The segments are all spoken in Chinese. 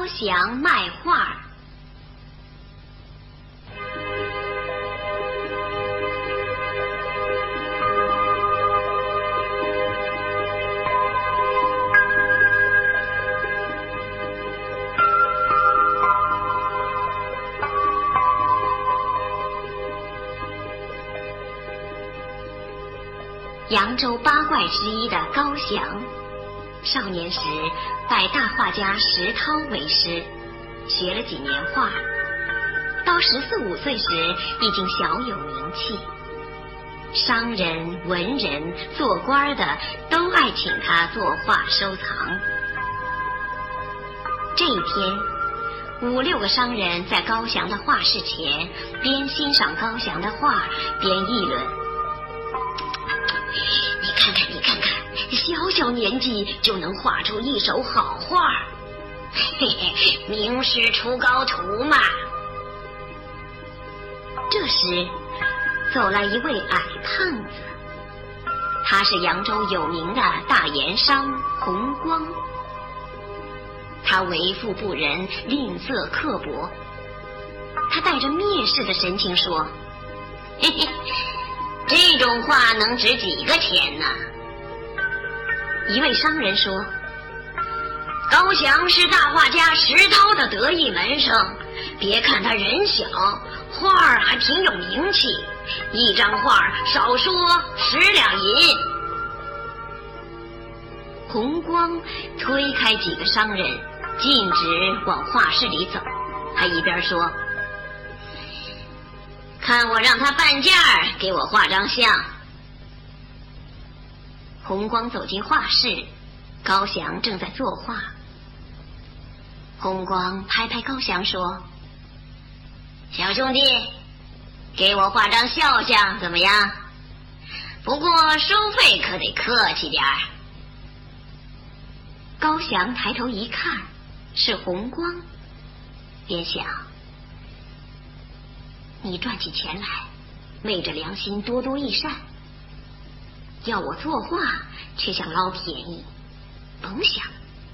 高翔卖画。扬州八怪之一的高翔，少年时拜大画家石涛为师，学了几年画，到14、15岁时已经小有名气，商人、文人、做官的都爱请他作画收藏。这一天，5、6个商人在高翔的画室前，边欣赏高翔的画，边议论：你看看，小小年纪就能画出一手好画，嘿嘿，名师出高徒嘛。这时走来一位矮胖子，他是扬州有名的大盐商洪光。他为富不仁，吝啬刻薄，他带着蔑视的神情说：嘿嘿，这种画能值几个钱呢？一位商人说：高翔是大画家石涛的得意门生，别看他人小，画儿还挺有名气，一张画少说10两银。洪光推开几个商人，径直往画室里走，他一边说：看我让他半价给我画张像。洪光走进画室，高翔正在作画。洪光拍拍高翔说：小兄弟，给我画张肖像怎么样？不过收费可得客气点儿。高翔抬头一看，是洪光，便想：你赚起钱来，昧着良心多多益善，要我作画却想捞便宜，甭想。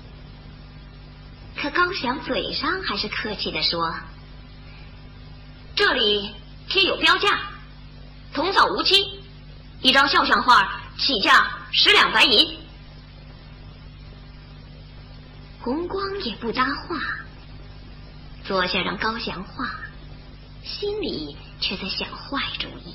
可高翔嘴上还是客气地说：这里贴有标价，童叟无欺，一张肖像画起价10两白银。洪光也不搭话，坐下让高翔画，心里却在想坏主意。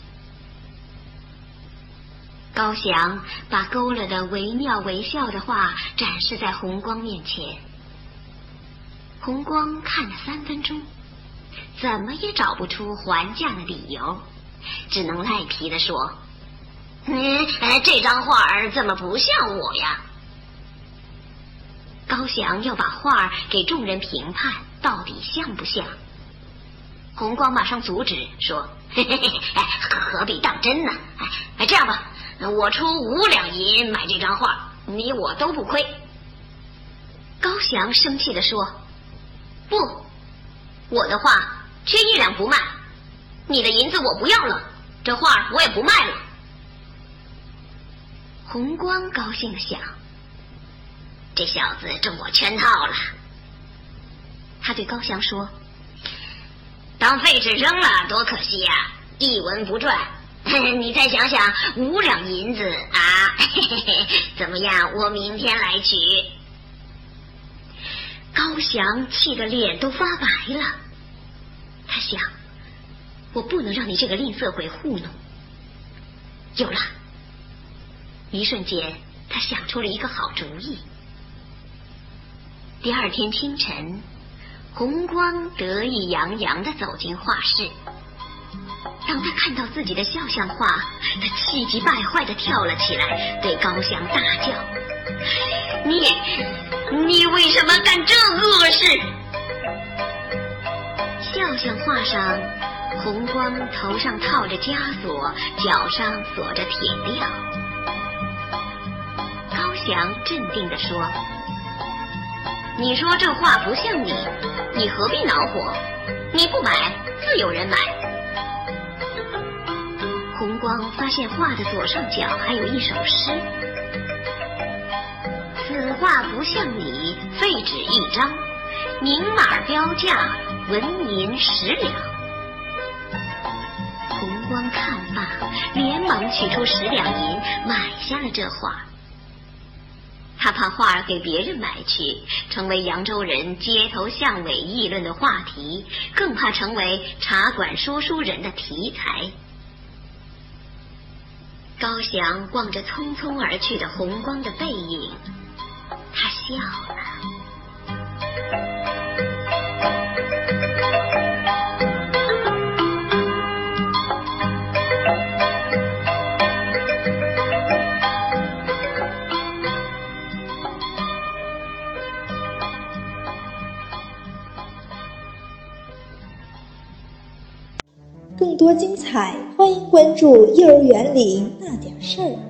高翔把勾勒得惟妙惟肖的画展示在洪光面前。洪光看了3分钟，怎么也找不出还价的理由，只能赖皮地说：这张画儿怎么不像我呀？高翔要把画给众人评判，到底像不像？洪光马上阻止说：何必当真呢？这样吧，我出5两银买这张画，你我都不亏。高翔生气地说：不，我的画缺1两不卖，你的银子我不要了，这画我也不卖了。洪光高兴地想：这小子中我圈套了。他对高翔说：当废纸扔了多可惜呀，一文不赚。你再想想5两银子啊，怎么样？我明天来取。高翔气得脸都发白了，他想：我不能让你这个吝啬鬼糊弄。有了！一瞬间，他想出了一个好主意。第2天清晨，洪光得意洋洋地走进画室。当他看到自己的肖像画，他气急败坏地跳了起来，对高翔大叫：你为什么干这恶事？肖像画上，洪光头上套着枷锁，脚上锁着铁镣。高翔镇定地说：你说这画不像你，你何必恼火？你不买，自有人买。洪光发现画的左上角还有一首诗：此画不像你，废纸一张， 明码标价，纹银10两。红光看罢，连忙取出10两银，买下了这画。他怕画儿给别人买去，成为扬州人街头巷尾议论的话题，更怕成为茶馆说书人的题材。高翔望着匆匆而去的红光的背影，他笑了。 更多精彩，欢迎关注幼儿园里那点事儿。